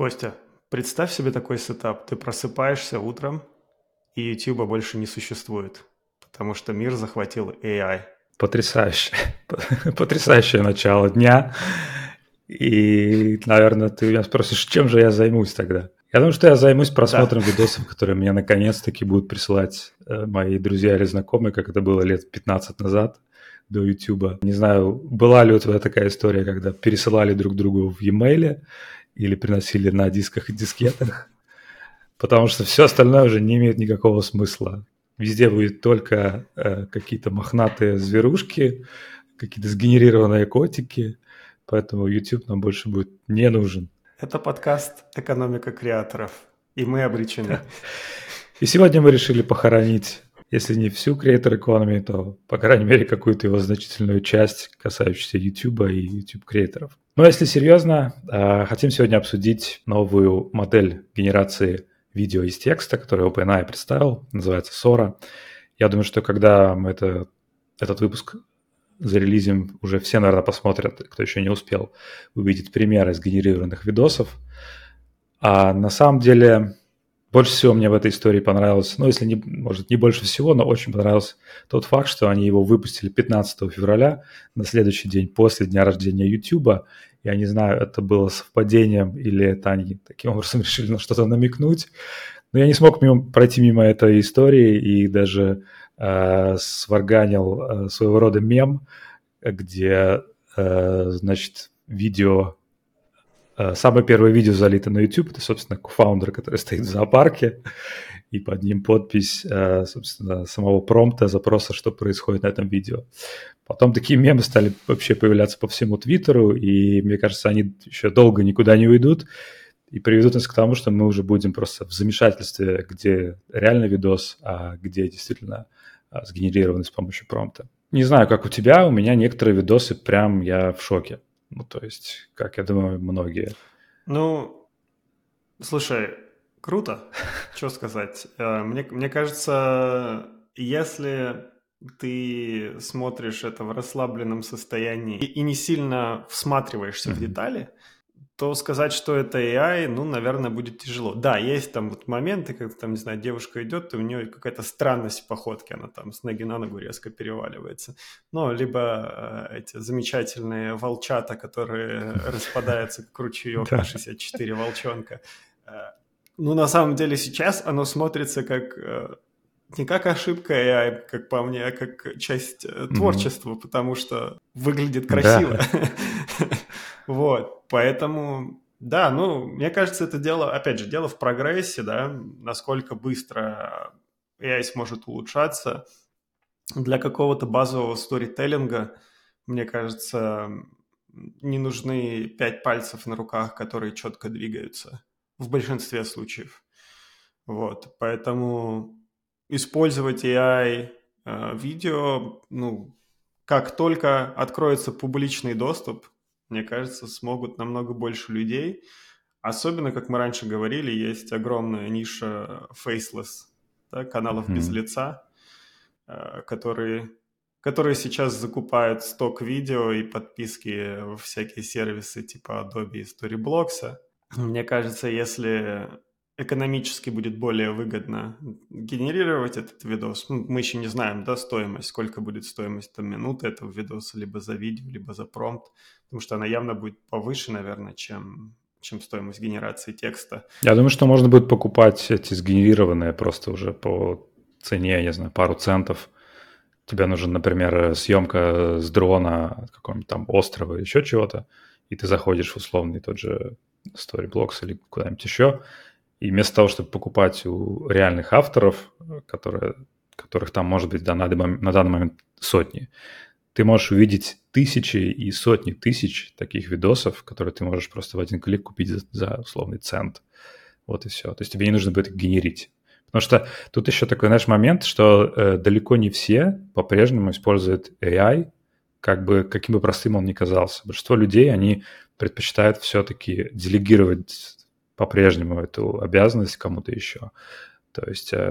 Костя, представь себе такой сетап. Ты просыпаешься утром, и YouTube больше не существует, потому что мир захватил AI. Потрясающе. Потрясающее начало дня. И, наверное, ты меня спросишь, чем же я займусь тогда? Я думаю, что я займусь Да, просмотром видосов, которые мне наконец-таки будут присылать мои друзья или знакомые, как это было лет 15 назад до YouTube. Не знаю, была ли у тебя такая история, когда пересылали друг другу в e-mail или приносили на дисках и дискетах, потому что все остальное уже не имеет никакого смысла. Везде будет только какие-то мохнатые зверушки, какие-то сгенерированные котики, поэтому YouTube нам больше будет не нужен. это подкаст «Экономика креаторов», и мы обречены. И сегодня мы решили похоронить, если не всю Creator Economy, то, по крайней мере, какую-то его значительную часть, касающуюся YouTube и YouTube-креаторов. Но если серьезно, хотим сегодня обсудить новую модель генерации видео из текста, которую OpenAI представил, называется Sora. Я думаю, что когда мы этот выпуск зарелизим, уже все, наверное, посмотрят, кто еще не успел увидеть примеры сгенерированных видосов. А на самом деле больше всего мне в этой истории понравилось, ну, если не, может, не больше всего, но очень понравился тот факт, что они его выпустили 15 февраля, на следующий день после дня рождения YouTube. Я не знаю, это было совпадением или это они таким образом решили на что-то намекнуть, но я не смог пройти мимо этой истории и даже сварганил своего рода мем, где, значит, видео самое первое видео залито на YouTube, это, собственно, кофаундер, который стоит в зоопарке, и под ним подпись, собственно, самого промпта, запроса, что происходит на этом видео. Потом такие мемы стали вообще появляться по всему Твиттеру, и мне кажется, они еще долго никуда не уйдут, и приведут нас к тому, что мы уже будем просто в замешательстве, где реальный видос, а где действительно сгенерированный с помощью промпта. Не знаю, как у тебя, у меня некоторые видосы прям я в шоке. Ну, то есть, как я думаю, многие. Ну, слушай, круто, что сказать. Мне кажется, если ты смотришь это в расслабленном состоянии и не сильно всматриваешься в Мгм. детали, то сказать, что это AI, ну, наверное, будет тяжело. Да, есть там вот моменты, когда там, не знаю, девушка идет, и у нее какая-то странность в походке, она там с ноги на ногу резко переваливается. Ну, либо эти замечательные волчата, которые распадаются как ручеек на Да. 64 волчонка. Ну, на самом деле сейчас оно смотрится как не как ошибка AI, как по мне, а как часть Мгм. творчества, потому что выглядит красиво. Да. Вот, поэтому, да, ну, мне кажется, это дело, опять же, дело в прогрессе, да, насколько быстро AI сможет улучшаться. Для какого-то базового сторителлинга, мне кажется, не нужны 5 пальцев на руках, которые четко двигаются в большинстве случаев. Вот, поэтому использовать AI видео, ну, как только откроется публичный доступ, мне кажется, смогут намного больше людей. Особенно, как мы раньше говорили, есть огромная ниша faceless, да, каналов без Мгм. лица, которые, которые сейчас закупают сток видео и подписки в всякие сервисы типа Adobe и Storyblocks. Мне кажется, если экономически будет более выгодно генерировать этот видос, ну, мы еще не знаем, да, стоимость, сколько будет стоимость там минуты этого видоса, либо за видео, либо за промпт, потому что она явно будет повыше, наверное, чем стоимость генерации текста. Я думаю, что можно будет покупать эти сгенерированные просто уже по цене, я не знаю, пару центов. Тебе нужен, например, съемка с дрона от какого-нибудь там острова или еще чего-то, и ты заходишь в условный тот же Storyblocks или куда-нибудь еще, и вместо того, чтобы покупать у реальных авторов, которых там может быть на данный момент сотни, ты можешь увидеть тысячи и сотни тысяч таких видосов, которые ты можешь просто в один клик купить за условный цент. Вот и все. То есть тебе не нужно будет их генерить. Потому что тут еще такой, знаешь, момент, что далеко не все по-прежнему используют AI, как бы каким бы простым он ни казался. Большинство людей, они предпочитают все-таки делегировать по-прежнему эту обязанность кому-то еще. То есть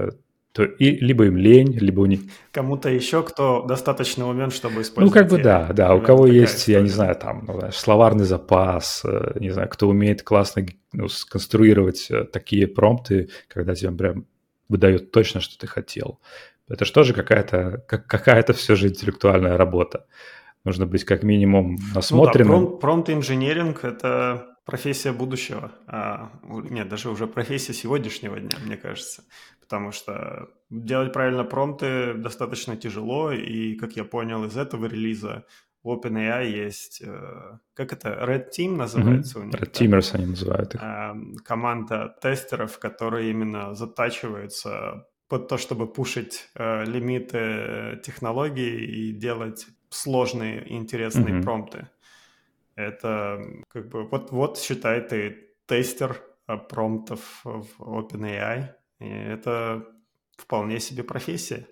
то и либо им лень, либо у них... Кому-то еще, кто достаточно умен, чтобы Ну, использовать да, AI. да, у Примерно кого такая есть, я не история, знаю, да? там, ну, знаешь, словарный запас, не знаю, кто умеет классно сконструировать такие промпты, когда тебе прям выдает точно, что ты хотел. Это же тоже какая-то все же интеллектуальная работа. Нужно быть как минимум Ну да, насмотренным. промпт-инженеринг– это профессия будущего. Нет, даже уже профессия сегодняшнего дня, мне кажется. Потому что делать правильно промпты достаточно тяжело, и, как я понял из этого релиза, у OpenAI есть, как это, Red Team называется у них, Red да? Teamers они называют их. Команда тестеров, которые именно затачиваются под то, чтобы пушить лимиты технологий и делать сложные и интересные Мгм. промпты. Это как бы вот считай ты тестер промптов в OpenAI, и это вполне себе профессия.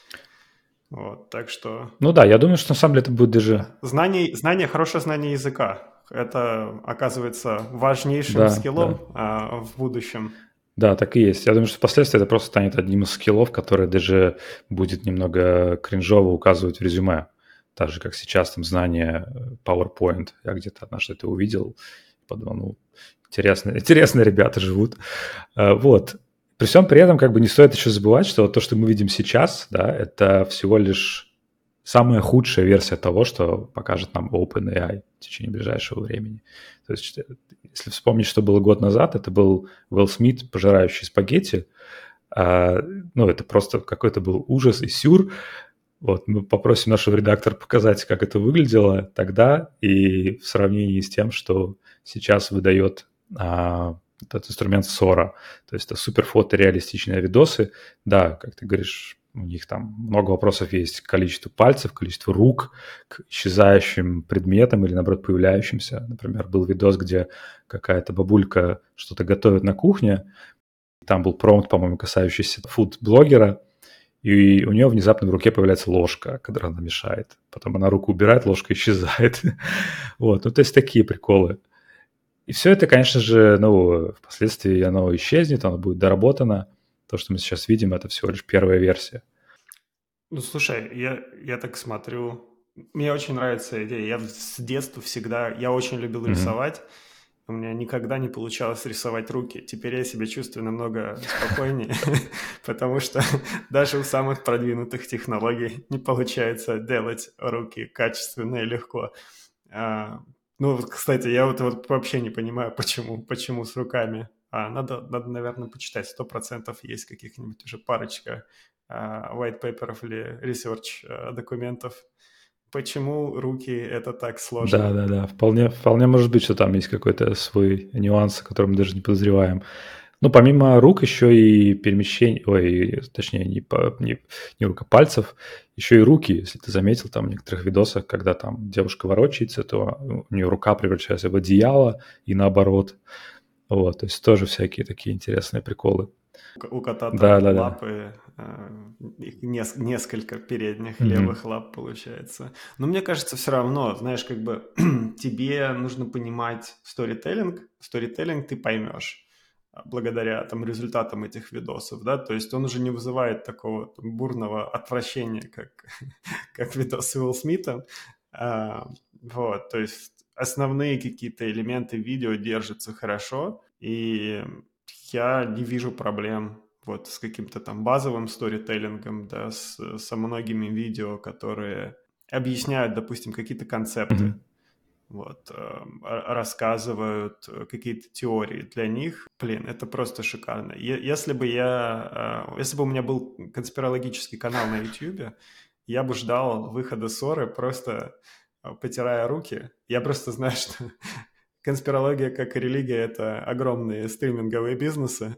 Вот, так что Ну да, я думаю, что на самом деле это будет даже... да. Хорошее знание языка. Это оказывается важнейшим Да, да. скиллом в будущем. Да, так и есть. Я думаю, что впоследствии это просто станет одним из скиллов, который даже будет немного кринжово указывать в резюме. Так же, как сейчас там знание PowerPoint. Я где-то однажды это увидел, подумал, ну, интересно ребята живут. Вот. При всем при этом как бы не стоит еще забывать, что то, что мы видим сейчас, да, это всего лишь самая худшая версия того, что покажет нам OpenAI в течение ближайшего времени. То есть, если вспомнить, что было год назад, это был Уилл Смит, пожирающий спагетти. Ну, это просто какой-то был ужас и сюр. Вот, мы попросим нашего редактора показать, как это выглядело тогда, и в сравнении с тем, что сейчас выдает этот инструмент Sora. То есть это супер фотореалистичные видосы. Да, как ты говоришь, у них там много вопросов есть к количеству пальцев, количеству рук, к исчезающим предметам или, наоборот, появляющимся. Например, был видос, где какая-то бабулька что-то готовит на кухне. Там был промпт, по-моему, касающийся фуд-блогера, и у нее внезапно в руке появляется ложка, которую она мешает. Потом она руку убирает, ложка исчезает. Вот, ну, то есть такие приколы. И все это, конечно же, ну, впоследствии оно исчезнет, оно будет доработано. То, что мы сейчас видим, это всего лишь первая версия. Ну, слушай, я так смотрю, мне очень нравится идея. Я с детства всегда, я очень любил Мгм. рисовать, у меня никогда не получалось рисовать руки. Теперь я себя чувствую намного спокойнее, потому что даже у самых продвинутых технологий не получается делать руки качественно и легко. А, Ну, вот, кстати, я вот вообще не понимаю, почему с руками. Надо, наверное, почитать. 100% есть каких-нибудь уже парочка white paper'ов или research документов. Почему руки это так Да, сложно? да, да. Вполне может быть, что там есть какой-то свой нюанс, о котором мы даже не подозреваем. Ну, помимо рук еще и перемещений, ой, точнее, не рука пальцев, еще и руки, если ты заметил там в некоторых видосах, когда там девушка ворочается, то у нее рука превращается в одеяло и наоборот. Вот, то есть тоже всякие такие интересные приколы. У кота Да, там да, да. лапы, их несколько передних Мгм. левых лап получается. Но мне кажется, все равно, знаешь, как бы тебе нужно понимать сторителлинг. Сторителлинг ты поймешь благодаря там результатам этих видосов, да, то есть он уже не вызывает такого там бурного отвращения, как видос с Уилл Смитом. Вот, то есть основные какие-то элементы видео держатся хорошо, и я не вижу проблем вот с каким-то там базовым сторителлингом, да, со многими видео, которые объясняют, допустим, какие-то концепты, Мгм. вот, рассказывают какие-то теории. Для них, блин, это просто шикарно. Если бы у меня был конспирологический канал на YouTube, я бы ждал выхода ссоры, просто потирая руки. Я просто знаю, что конспирология, как и религия, это огромные стриминговые бизнесы.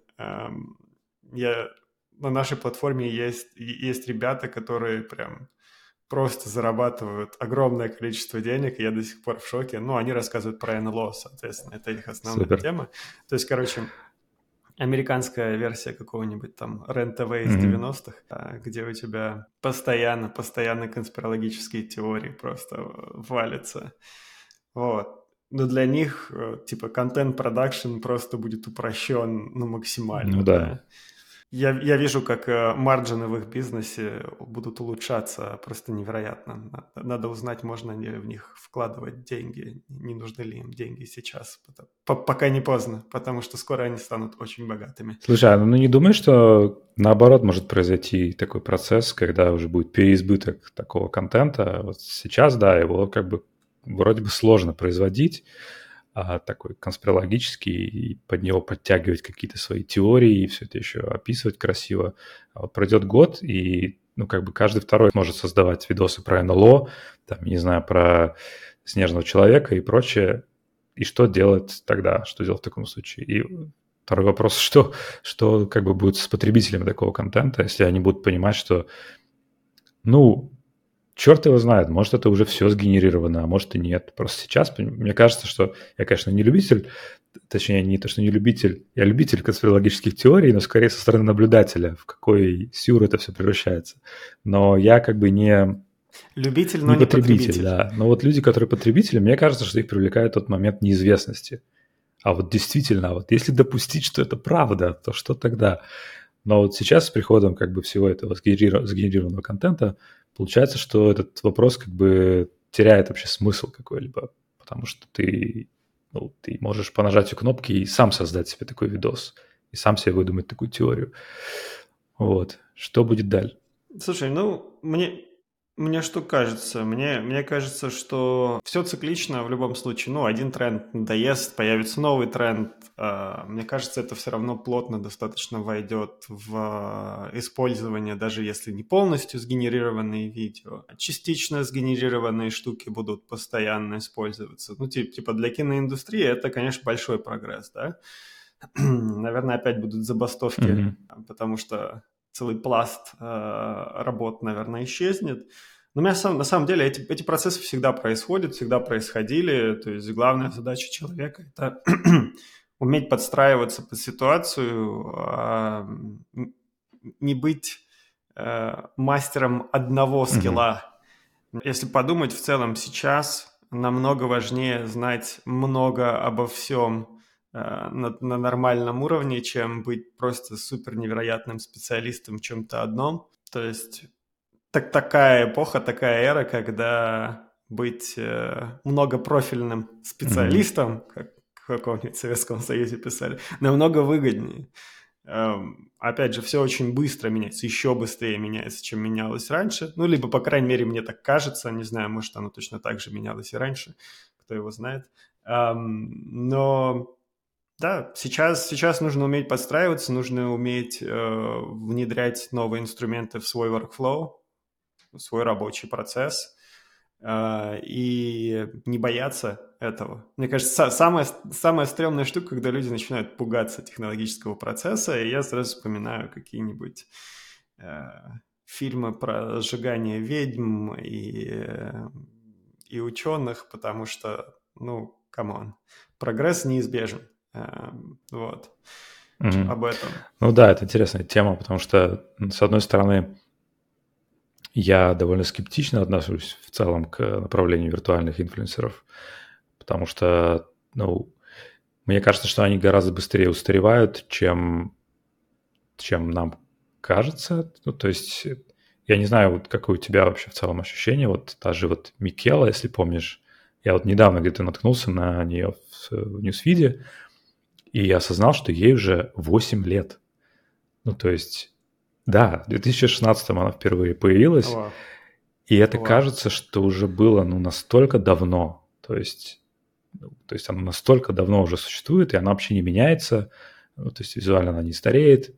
Я, на нашей платформе есть ребята, которые прям просто зарабатывают огромное количество денег, и я до сих пор в шоке. Ну, они рассказывают про НЛО, соответственно, это их основная Супер. тема. То есть, короче, американская версия какого-нибудь там РЕН-ТВ из Мгм. 90-х, где у тебя постоянно конспирологические теории просто валятся. Вот. Но для них, типа, контент-продакшн просто будет упрощен, ну, Ну максимально, да. да. Я вижу, как маржины в их бизнесе будут улучшаться просто невероятно. Надо узнать, можно ли в них вкладывать деньги, не нужны ли им деньги сейчас, пока не поздно, потому что скоро они станут очень богатыми. Слушай, ну не думаешь, что наоборот может произойти такой процесс, когда уже будет переизбыток такого контента? Вот сейчас, да, его как бы вроде бы сложно производить, такой конспирологический, и под него подтягивать какие-то свои теории, и все это еще описывать красиво. А вот пройдет год, и ну как бы каждый второй может создавать видосы про НЛО, там, не знаю, про снежного человека и прочее. И что делать тогда? Что делать в таком случае? И второй вопрос, что как бы будет с потребителями такого контента, если они будут понимать, что, ну, черт его знает, может, это уже все сгенерировано, а может и нет. Просто сейчас, мне кажется, что я, конечно, не любитель, точнее, не то, что не любитель, я любитель конспирологических теорий, но скорее со стороны наблюдателя, в какой сюр это все превращается. Но я как бы Любитель, но не не потребитель, потребитель. да. Но вот люди, которые потребители, мне кажется, что их привлекает тот момент неизвестности. А вот действительно, вот если допустить, что это правда, то что тогда? Но вот сейчас с приходом как бы всего этого сгенерированного контента получается, что этот вопрос как бы теряет вообще смысл какой-либо, потому что ты можешь по нажатию кнопки и сам создать себе такой видос, и сам себе выдумать такую теорию. Вот. Что будет дальше? Слушай, ну, мне что кажется? Мне кажется, что все циклично в любом случае. Ну, один тренд надоест, появится новый тренд. Мне кажется, это все равно плотно достаточно войдет в использование, даже если не полностью сгенерированные видео. Частично сгенерированные штуки будут постоянно использоваться. Ну, типа для киноиндустрии это, конечно, большой прогресс, да? Наверное, опять будут забастовки, Мгм. потому что целый пласт работ, наверное, исчезнет. Но на самом деле эти процессы всегда происходят, всегда происходили. То есть главная задача человека – это уметь подстраиваться под ситуацию, не быть мастером одного Мгм. скилла. Если подумать, в целом сейчас намного важнее знать много обо всем на нормальном уровне, чем быть просто супер невероятным специалистом в чем-то одном. То есть такая эпоха, такая эра, когда быть многопрофильным Мгм. специалистом, как в каком-нибудь Советском Союзе писали, намного выгоднее. Опять же, все очень быстро меняется, еще быстрее меняется, чем менялось раньше. Ну, либо, по крайней мере, мне так кажется, не знаю, может, оно точно так же менялось и раньше, кто его знает. Но да, сейчас нужно уметь подстраиваться, нужно уметь внедрять новые инструменты в свой workflow, в свой рабочий процесс и не бояться этого. Мне кажется, самая стрёмная штука, когда люди начинают пугаться технологического процесса, и я сразу вспоминаю какие-нибудь э, фильмы про сжигание ведьм и ученых, потому что, ну, камон, прогресс неизбежен. Вот. Мгм. Об этом. Ну да, это интересная тема, потому что, с одной стороны, я довольно скептично отношусь в целом к направлению виртуальных инфлюенсеров, потому что, ну, мне кажется, что они гораздо быстрее устаревают, чем нам кажется. Ну, то есть, я не знаю, вот какое у тебя вообще в целом ощущение. Вот даже вот Микела, если помнишь, я вот недавно где-то наткнулся на нее в ньюсфиде и осознал, что ей уже 8 лет. Ну, то есть, да, в 2016 она впервые появилась, Вау. и это Вау. кажется, что уже было, ну, настолько давно. То есть она настолько давно уже существует, и она вообще не меняется. Ну, то есть визуально она не стареет.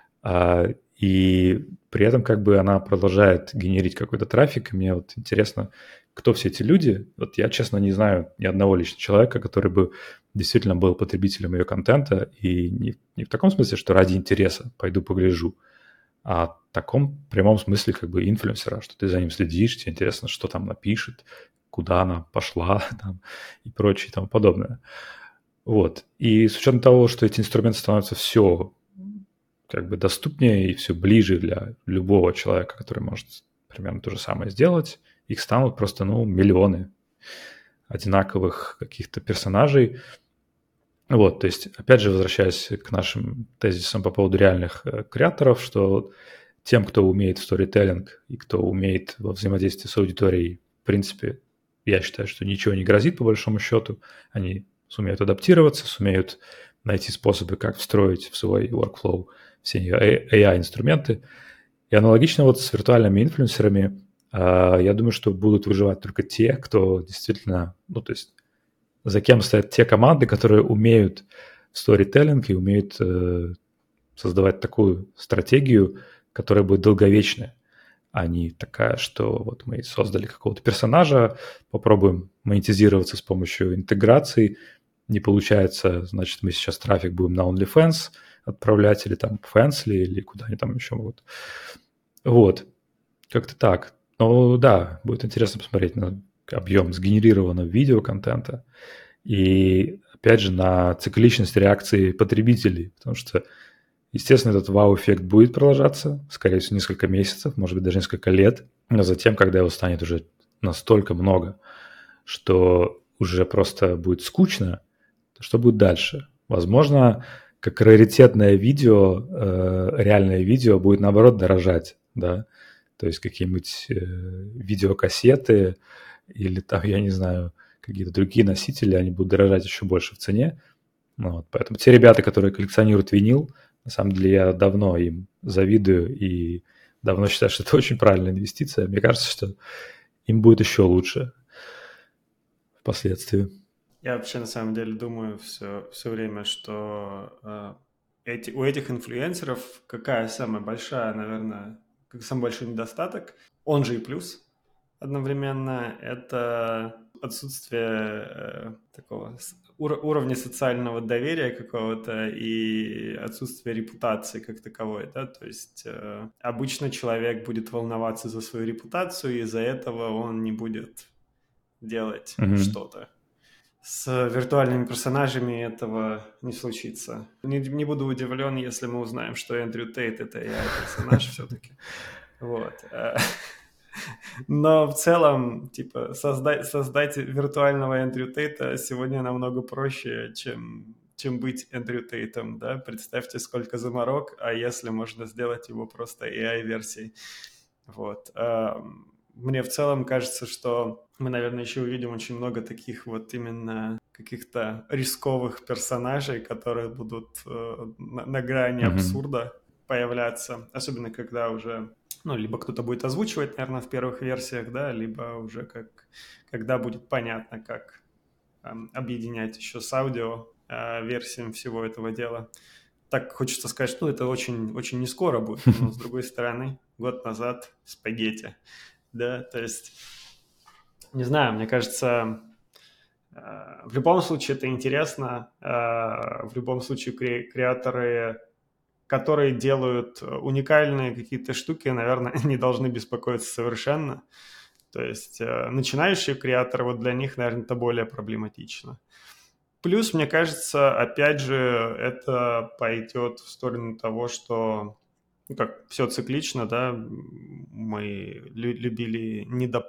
И при этом как бы она продолжает генерить какой-то трафик. И мне вот интересно, кто все эти люди. Вот я, честно, не знаю ни одного лично человека, который бы действительно был потребителем ее контента. И не в таком смысле, что ради интереса пойду погляжу, а в таком прямом смысле как бы инфлюенсера, что ты за ним следишь, тебе интересно, что там напишет, куда она пошла там, и прочее и тому подобное. Вот. И с учетом того, что эти инструменты становятся все как бы доступнее и все ближе для любого человека, который может примерно то же самое сделать, их станут просто, ну, миллионы одинаковых каких-то персонажей. Вот, то есть, опять же, возвращаясь к нашим тезисам по поводу реальных креаторов, что тем, кто умеет в сторителлинг и кто умеет во взаимодействии с аудиторией, в принципе, я считаю, что ничего не грозит по большому счету. Они сумеют адаптироваться, сумеют найти способы, как встроить в свой workflow все AI-инструменты. И аналогично вот с виртуальными инфлюенсерами, я думаю, что будут выживать только те, кто действительно, ну, то есть за кем стоят те команды, которые умеют сторителлинг и умеют создавать такую стратегию, которая будет долговечная, а не такая, что вот мы создали какого-то персонажа, попробуем монетизироваться с помощью интеграций, не получается, значит, мы сейчас трафик будем на OnlyFans отправлять или там Fansly или куда они там еще могут. Вот, как-то так. Ну да, будет интересно посмотреть на объем сгенерированного видеоконтента и, опять же, на цикличность реакции потребителей, потому что, естественно, этот вау-эффект будет продолжаться, скорее всего, несколько месяцев, может быть, даже несколько лет, но затем, когда его станет уже настолько много, что уже просто будет скучно, то что будет дальше? Возможно, как раритетное видео, реальное видео будет, наоборот, дорожать, да, то есть какие-нибудь видеокассеты или там, я не знаю, какие-то другие носители, они будут дорожать еще больше в цене. Ну, вот, поэтому те ребята, которые коллекционируют винил, на самом деле я давно им завидую и давно считаю, что это очень правильная инвестиция. Мне кажется, что им будет еще лучше впоследствии. Я вообще на самом деле думаю все время, что у этих инфлюенсеров какая самая большая, наверное, самый большой недостаток, он же и плюс одновременно, это отсутствие такого уровня социального доверия какого-то и отсутствие репутации как таковой, да, то есть обычно человек будет волноваться за свою репутацию, и из-за этого он не будет делать что-то. С виртуальными персонажами этого не случится. Не буду удивлен, если мы узнаем, что Эндрю Тейт — это AI-персонаж все-таки. Вот. Но в целом, типа, создать виртуального Эндрю Тейта сегодня намного проще, чем быть Эндрю Тейтом, да? Представьте, сколько заморок, а если можно сделать его просто AI-версией. Вот. Мне в целом кажется, что мы, наверное, еще увидим очень много таких вот именно каких-то рисковых персонажей, которые будут на грани абсурда появляться, особенно когда уже, ну, либо кто-то будет озвучивать, наверное, в первых версиях, да, либо уже когда будет понятно, как объединять еще с аудио версиями всего этого дела. Так хочется сказать, что это очень, очень не скоро будет, но с другой стороны, год назад спагетти, да, то есть, не знаю, мне кажется, в любом случае это интересно, в любом случае креаторы, которые делают уникальные какие-то штуки, наверное, не должны беспокоиться совершенно, то есть начинающие креаторы, вот для них, наверное, это более проблематично. Плюс, мне кажется, опять же, это пойдет в сторону того, что, ну, как все циклично, да, мы любили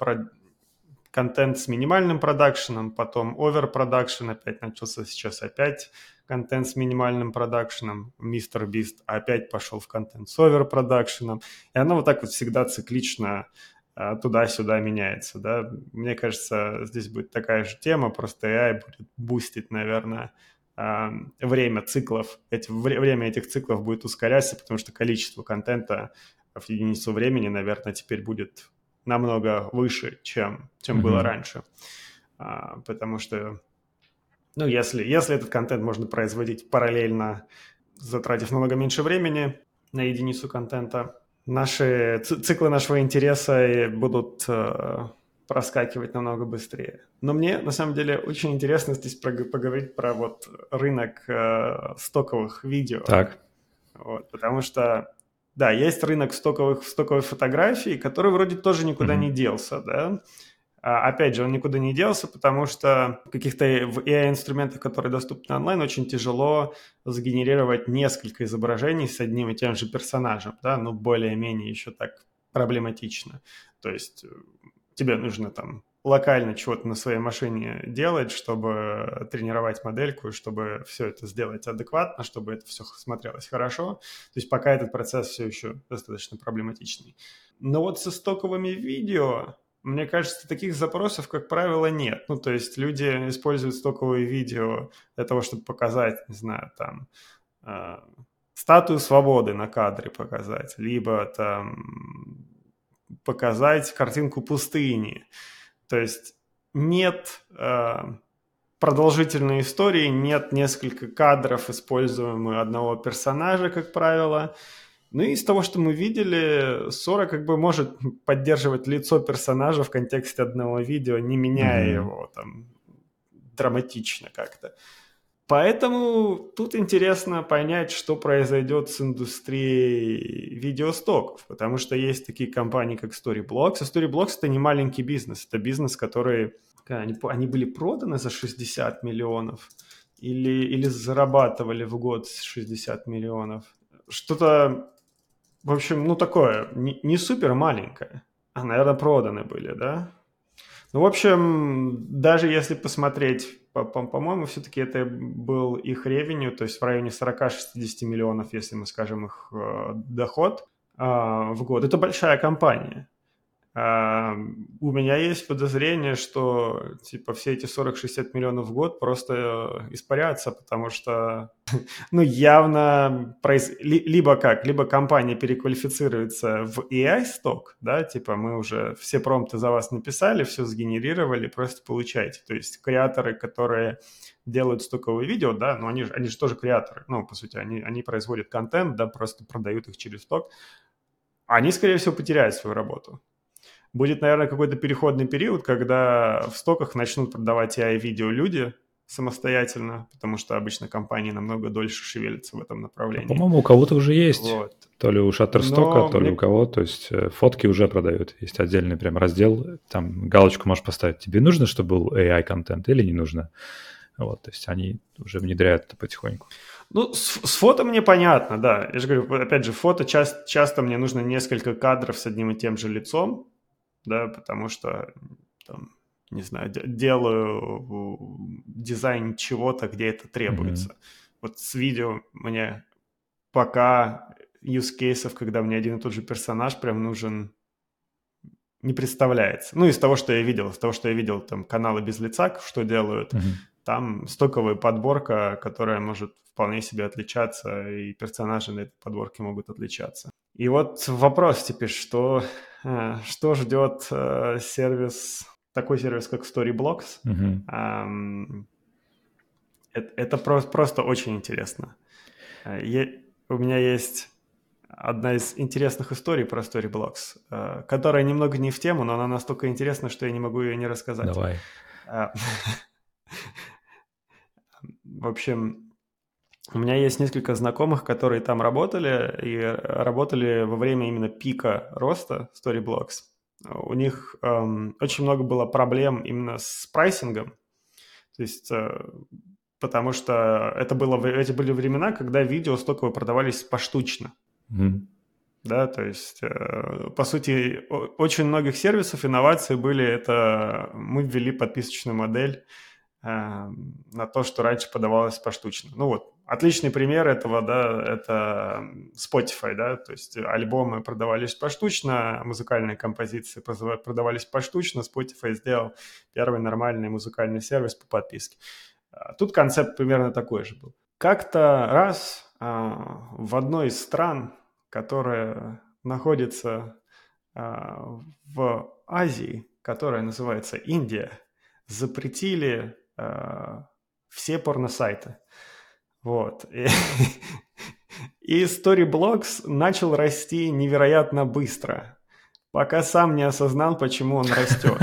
контент с минимальным продакшеном, потом оверпродакшн опять начался, сейчас опять контент с минимальным продакшеном, Мистер Бист опять пошел в контент с оверпродакшеном, и оно вот так вот всегда циклично туда-сюда меняется, да. Мне кажется, здесь будет такая же тема, просто AI будет бустить, наверное, время циклов, время этих циклов будет ускоряться, потому что количество контента в единицу времени, наверное, теперь будет намного выше, чем было раньше. Потому что, ну, если этот контент можно производить параллельно, затратив намного меньше времени на единицу контента, циклы нашего интереса будут проскакивать намного быстрее. Но мне, на самом деле, очень интересно здесь поговорить про вот рынок стоковых видео. Так. Вот, потому что, да, есть рынок стоковой фотографий, который вроде тоже никуда не делся, да. Опять же, он никуда не делся, потому что в каких-то AI-инструментах, которые доступны онлайн, очень тяжело сгенерировать несколько изображений с одним и тем же персонажем, да, ну, более-менее еще так проблематично. То есть тебе нужно там локально чего-то на своей машине делать, чтобы тренировать модельку, чтобы все это сделать адекватно, чтобы это все смотрелось хорошо. То есть пока этот процесс все еще достаточно проблематичный. Но вот со стоковыми видео, мне кажется, таких запросов, как правило, нет. Ну, то есть люди используют стоковые видео для того, чтобы показать, не знаю, там, статую свободы на кадре показать, либо там показать картинку пустыни. То есть нет продолжительной истории, нет несколько кадров, используемых одного персонажа, как правило. Ну и из того, что мы видели, Sora как бы может поддерживать лицо персонажа в контексте одного видео, не меняя его там драматично как-то. Поэтому тут интересно понять, что произойдет с индустрией видеостоков, потому что есть такие компании, как Storyblocks, а Storyblocks – это не маленький бизнес, это бизнес, который… Они были проданы за 60 миллионов или зарабатывали в год 60 миллионов. Что-то, в общем, ну такое, не супер маленькое. Наверное, проданы были, да? Ну, в общем, даже если посмотреть, по-моему, все-таки это был их ревеню, то есть в районе 40-60 миллионов, если мы скажем их доход в год. Это большая компания. У меня есть подозрение, что типа все эти 40-60 миллионов в год просто испарятся, потому что ну, явно либо компания переквалифицируется в AI-сток, да, типа мы уже все промпты за вас написали, все сгенерировали, просто получайте. То есть креаторы, которые делают стоковые видео, да, но они же тоже креаторы, ну, по сути, они производят контент, да, просто продают их через сток. Они, скорее всего, потеряют свою работу. Будет, наверное, какой-то переходный период, когда в стоках начнут продавать AI-видео люди самостоятельно, потому что обычно компании намного дольше шевелятся в этом направлении. По-моему, у кого-то уже есть. Вот. То ли у Shutterstock, то ли у кого. То есть фотки уже продают. Есть отдельный прям раздел. Там галочку можешь поставить. Тебе нужно, чтобы был AI-контент или не нужно? Вот, то есть они уже внедряют это потихоньку. Ну, с фото мне понятно, да. Я же говорю, опять же, фото часто мне нужно несколько кадров с одним и тем же лицом, да, потому что, там, не знаю, делаю дизайн чего-то, где это требуется. Вот с видео мне пока use cases, когда мне один и тот же персонаж прям нужен, не представляется. Ну, из того, что я видел, там, каналы без лица, что делают, там стоковая подборка, которая может вполне себе отличаться, и персонажи на этой подборке могут отличаться. И вот вопрос теперь, что ждет такой сервис, как Storyblocks. Это просто очень интересно. У меня есть одна из интересных историй про Storyblocks, которая немного не в тему, но она настолько интересна, что я не могу ее не рассказать. Давай. В общем, у меня есть несколько знакомых, которые там работали, и работали во время именно пика роста Storyblocks. У них очень много было проблем именно с прайсингом, то есть потому что эти были времена, когда видео стоковые продавались поштучно. Да, то есть, по сути, очень многих сервисов инновации были, это мы ввели подписочную модель на то, что раньше подавалось поштучно. Ну вот, отличный пример этого, да, это Spotify, да, то есть альбомы продавались поштучно, музыкальные композиции продавались поштучно, Spotify сделал первый нормальный музыкальный сервис по подписке. Тут концепт примерно такой же был. Как-то раз в одной из стран, которая находится в Азии, которая называется Индия, запретили все порносайты. Вот. И Storyblocks начал расти невероятно быстро, пока сам не осознал, почему он растет.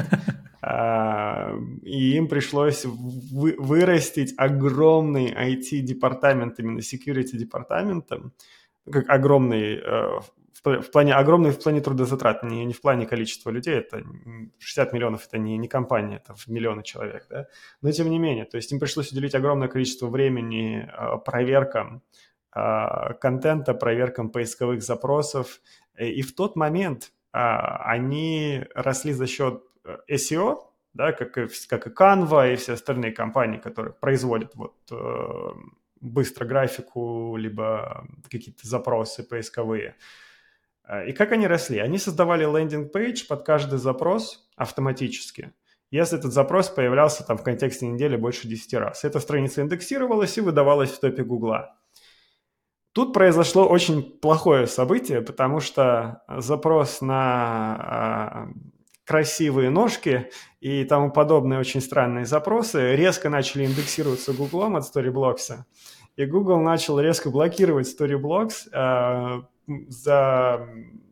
И им пришлось вырастить огромный IT-департамент, именно security-департаментом, как огромный в плане трудозатрат, не в плане количества людей, это 60 миллионов, это не компания, это в миллионы человек, да, но тем не менее, то есть им пришлось уделить огромное количество времени проверкам контента, проверкам поисковых запросов, и в тот момент они росли за счет SEO, да, как и Canva и все остальные компании, которые производят вот быстро графику, либо какие-то запросы поисковые. И как они росли? Они создавали лендинг-пейдж под каждый запрос автоматически, если этот запрос появлялся там в контексте недели больше 10 раз. Эта страница индексировалась и выдавалась в топе Гугла. Тут произошло очень плохое событие, потому что запрос на красивые ножки и тому подобные очень странные запросы резко начали индексироваться Гуглом от Storyblocks. И Google начал резко блокировать Storyblocks за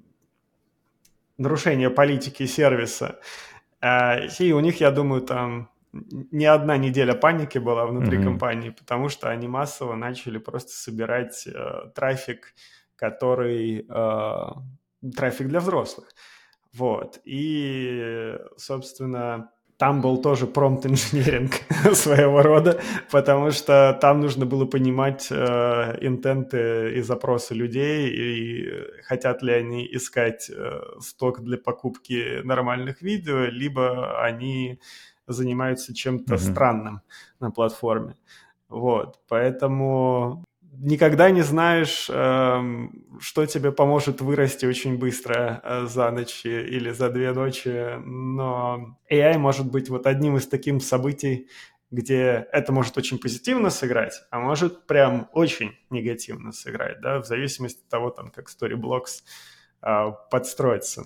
нарушение политики сервиса. И у них, я думаю, там не одна неделя паники была внутри компании, потому что они массово начали просто собирать трафик, который трафик для взрослых. Вот. И, собственно, там был тоже промпт-инженеринг своего рода, потому что там нужно было понимать интенты и запросы людей, и хотят ли они искать сток для покупки нормальных видео, либо они занимаются чем-то странным на платформе. Вот, поэтому никогда не знаешь, что тебе поможет вырасти очень быстро за ночь или за 2 ночи, но AI может быть вот одним из таких событий, где это может очень позитивно сыграть, а может прям очень негативно сыграть, да, в зависимости от того, там, как Storyblocks подстроится.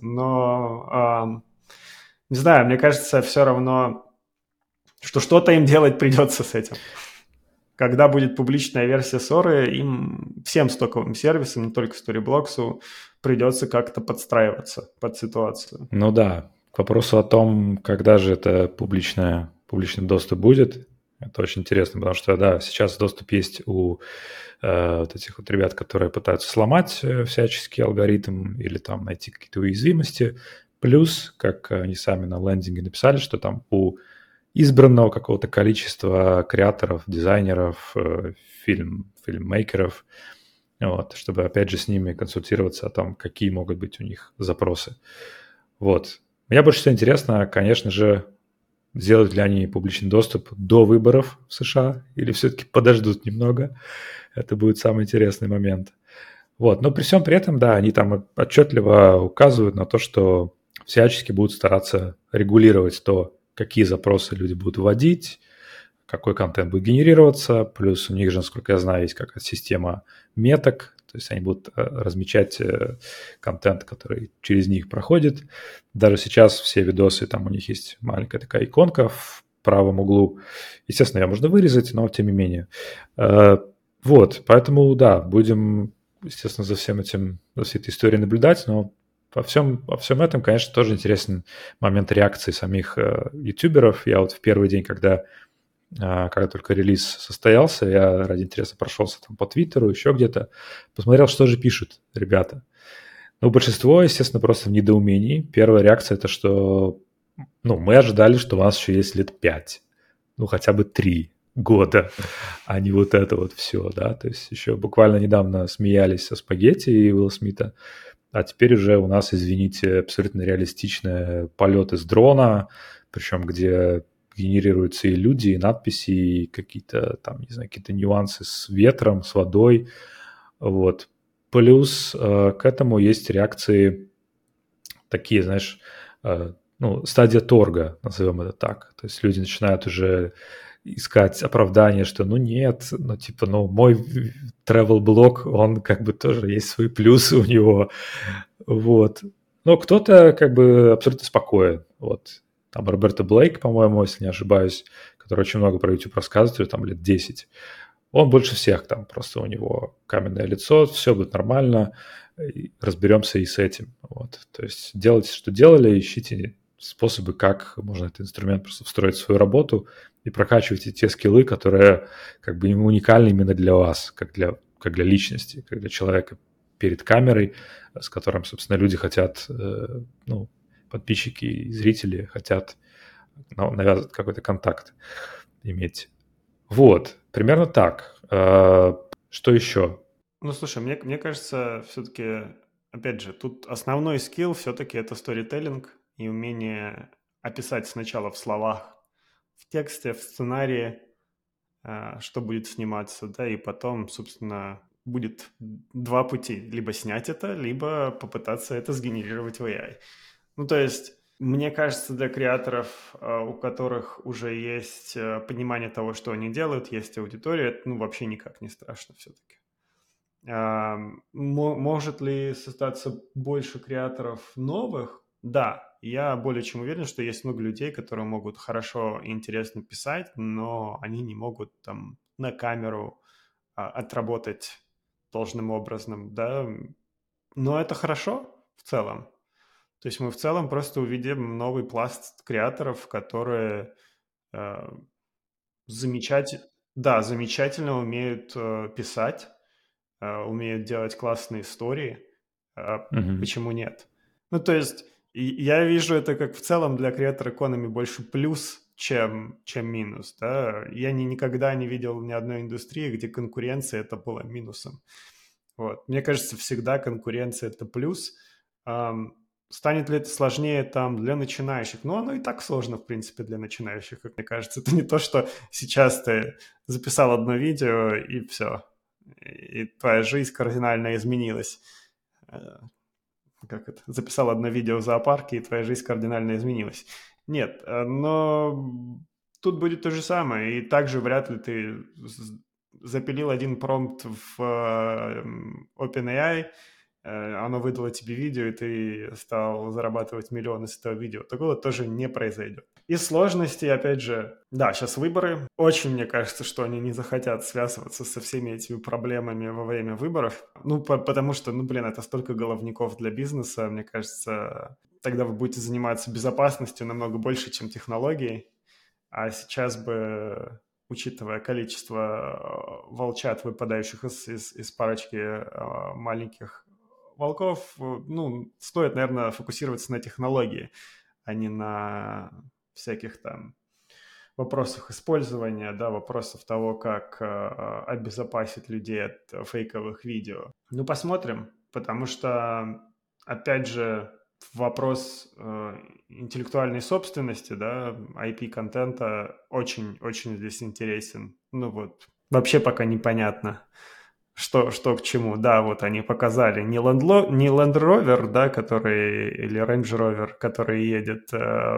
Но, не знаю, мне кажется, все равно, что что-то им делать придется с этим. Когда будет публичная версия Sora, им всем стоковым сервисам, не только Storyblocks, придется как-то подстраиваться под ситуацию. Ну да, к вопросу о том, когда же это публичный доступ будет, это очень интересно, потому что, да, сейчас доступ есть у вот этих вот ребят, которые пытаются сломать всяческий алгоритм или там найти какие-то уязвимости. Плюс, как они сами на лендинге написали, что там у избранного какого-то количества креаторов, дизайнеров, фильммейкеров, вот, чтобы, опять же, с ними консультироваться о том, какие могут быть у них запросы. Вот. Мне больше всего интересно, конечно же, сделают ли они публичный доступ до выборов в США или все-таки подождут немного. Это будет самый интересный момент. Вот. Но при всем при этом, да, они там отчетливо указывают на то, что всячески будут стараться регулировать то, какие запросы люди будут вводить, какой контент будет генерироваться, плюс у них же, насколько я знаю, есть какая-то система меток, то есть они будут размечать контент, который через них проходит. Даже сейчас все видосы, там у них есть маленькая такая иконка в правом углу. Естественно, ее можно вырезать, но тем не менее. Вот, поэтому, да, будем, естественно, за всем этим, за всей этой историей наблюдать, но во всем этом, конечно, тоже интересен момент реакции самих ютуберов. Я вот в первый день, когда только релиз состоялся, я ради интереса прошелся там по Твиттеру, еще где-то, посмотрел, что же пишут ребята. Ну, большинство, естественно, просто в недоумении. Первая реакция – это что, ну, мы ожидали, что у нас еще есть лет 5, ну, хотя бы 3 года, а не вот это вот все, да. То есть еще буквально недавно смеялись со спагетти и Уилла Смита, а теперь уже у нас, извините, абсолютно реалистичные полеты с дрона, причем где генерируются и люди, и надписи, и какие-то там, не знаю, какие-то нюансы с ветром, с водой. Вот. Плюс к этому есть реакции такие, знаешь, ну, стадия торга, назовем это так. То есть люди начинают уже искать оправдание, что ну нет, ну типа, ну мой travel-блог, он как бы тоже есть свои плюсы у него, вот. Но кто-то как бы абсолютно спокоен, вот. Там Роберто Блейк, по-моему, если не ошибаюсь, который очень много про YouTube рассказывает, там лет 10, он больше всех там, просто у него каменное лицо, все будет нормально, разберемся и с этим, вот. То есть делайте, что делали, ищите способы, как можно этот инструмент просто встроить в свою работу и прокачивайте те скиллы, которые как бы уникальны именно для вас, как для личности, как для человека перед камерой, с которым, собственно, люди хотят, ну, подписчики и зрители хотят навязывать какой-то контакт иметь. Вот, примерно так. Что еще? Ну, слушай, мне кажется, все-таки, опять же, тут основной скилл все-таки это сторителлинг и умение описать сначала в словах, в тексте, в сценарии, что будет сниматься, да, и потом, собственно, будет два пути. Либо снять это, либо попытаться это сгенерировать в AI. Ну, то есть, мне кажется, для креаторов, у которых уже есть понимание того, что они делают, есть аудитория, это, ну, вообще никак не страшно все-таки. Может ли создаться больше креаторов новых? Да, я более чем уверен, что есть много людей, которые могут хорошо и интересно писать, но они не могут там на камеру отработать должным образом, да. Но это хорошо в целом. То есть мы в целом просто увидим новый пласт креаторов, которые э, да, замечательно умеют писать, умеют делать классные истории. Мгм. Почему нет? Ну, то есть я вижу это как в целом для Creator Economy больше плюс, чем минус. Да? Я никогда не видел ни одной индустрии, где конкуренция это была минусом. Вот. Мне кажется, всегда конкуренция это плюс. Станет ли это сложнее там для начинающих? Ну, оно и так сложно, в принципе, для начинающих, как мне кажется. Это не то, что сейчас ты записал одно видео и все, и твоя жизнь кардинально изменилась. Э, Как это? Записал одно видео в зоопарке, и твоя жизнь кардинально изменилась. Нет, но тут будет то же самое, и также вряд ли ты запилил один промпт в OpenAI, оно выдало тебе видео, и ты стал зарабатывать миллионы с этого видео. Такого тоже не произойдет. И сложности, опять же, да, сейчас выборы. Очень, мне кажется, что они не захотят связываться со всеми этими проблемами во время выборов. Ну, потому что, ну, блин, это столько головников для бизнеса. Мне кажется, тогда вы будете заниматься безопасностью намного больше, чем технологией. А сейчас бы, учитывая количество волчат, выпадающих из парочки маленьких волков, ну, стоит, наверное, фокусироваться на технологии, а не на всяких там вопросах использования, да, вопросов того, как обезопасить людей от фейковых видео. Ну, посмотрим, потому что, опять же, вопрос интеллектуальной собственности, да, IP-контента очень-очень здесь интересен. Ну вот, вообще пока непонятно, что к чему. Да, вот они показали не Land Rover, да, который, или Range Rover, который едет,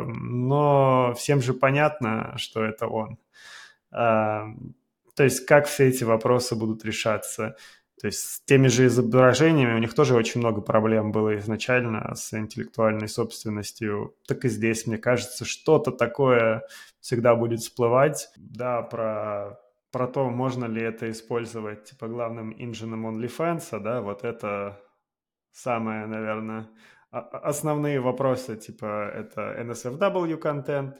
но всем же понятно, что это он. А, То есть как все эти вопросы будут решаться? То есть с теми же изображениями у них тоже очень много проблем было изначально с интеллектуальной собственностью. Так и здесь, мне кажется, что-то такое всегда будет всплывать. Да, про то, можно ли это использовать типа главным инжином OnlyFans, да, вот это самое, наверное, основные вопросы, типа это NSFW контент,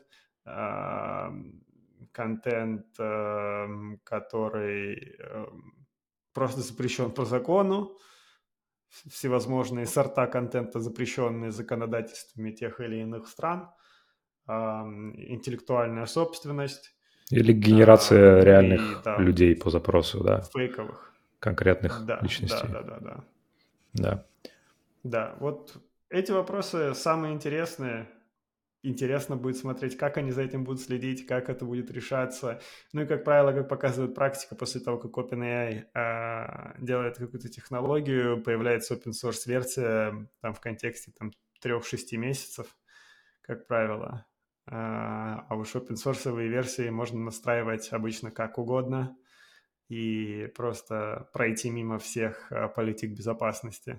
контент, который просто запрещен по закону, всевозможные сорта контента, запрещенные законодательствами тех или иных стран, интеллектуальная собственность, Или генерация ну и реальных да, людей по запросу, да, фейковых. конкретных Да, да, личностей. да, да, да. Да. Да, вот эти вопросы самые интересные. Интересно будет смотреть, как они за этим будут следить, как это будет решаться. Ну и, как правило, как показывает практика, после того, как OpenAI делает какую-то технологию, появляется open source версия там в контексте там 3-6 месяцев, как правило. А уж open source версии можно настраивать обычно как угодно и просто пройти мимо всех политик безопасности.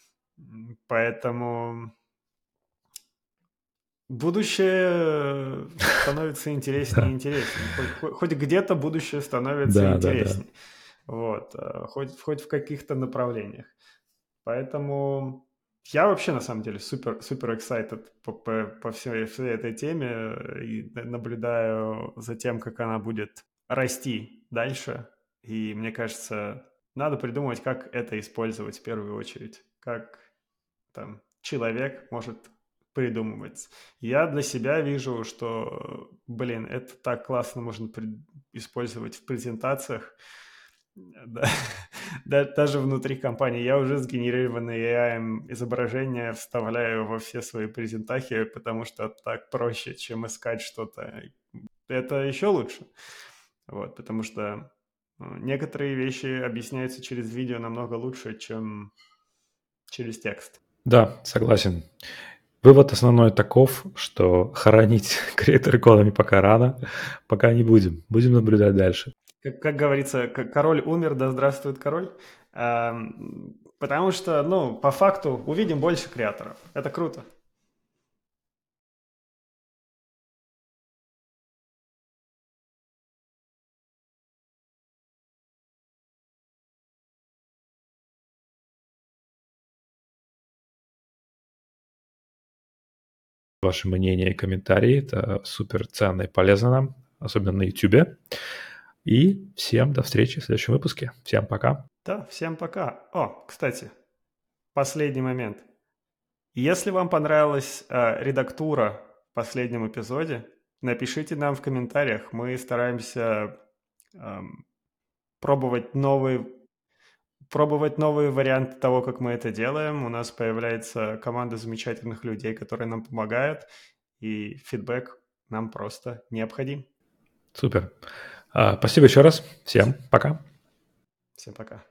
Поэтому будущее становится интереснее и Да, интереснее. Хоть где-то будущее становится да, да, да. интереснее. Вот. Хоть в каких-то направлениях. Поэтому я вообще, на самом деле, супер excited по всей этой теме и наблюдаю за тем, как она будет расти дальше. И мне кажется, надо придумать, как это использовать в первую очередь. Как там человек может придумывать. Я для себя вижу, что, блин, это так классно можно использовать в презентациях. Да. Даже внутри компании я уже сгенерированные AI изображения вставляю во все свои презентахи, потому что так проще, чем искать что-то. Это еще лучше. Вот, потому что некоторые вещи объясняются через видео намного лучше, чем через текст. Да, согласен. Вывод основной таков, что хоронить Creator Economy пока рано, пока не будем. Будем наблюдать дальше. Как говорится, король умер, да здравствует король. Потому что, ну, по факту увидим больше креаторов. Это круто. Ваши мнения и комментарии – это супер ценно и полезно нам, особенно на YouTube. И всем до встречи в следующем выпуске. Всем пока. Да, всем пока. О, кстати, последний момент. Если вам понравилась редактура в последнем эпизоде, напишите нам в комментариях. Мы стараемся эм, пробовать новые варианты того, как мы это делаем. У нас появляется команда замечательных людей, которые нам помогают, и фидбэк нам просто необходим. Супер. Спасибо еще раз. Всем пока. Всем пока.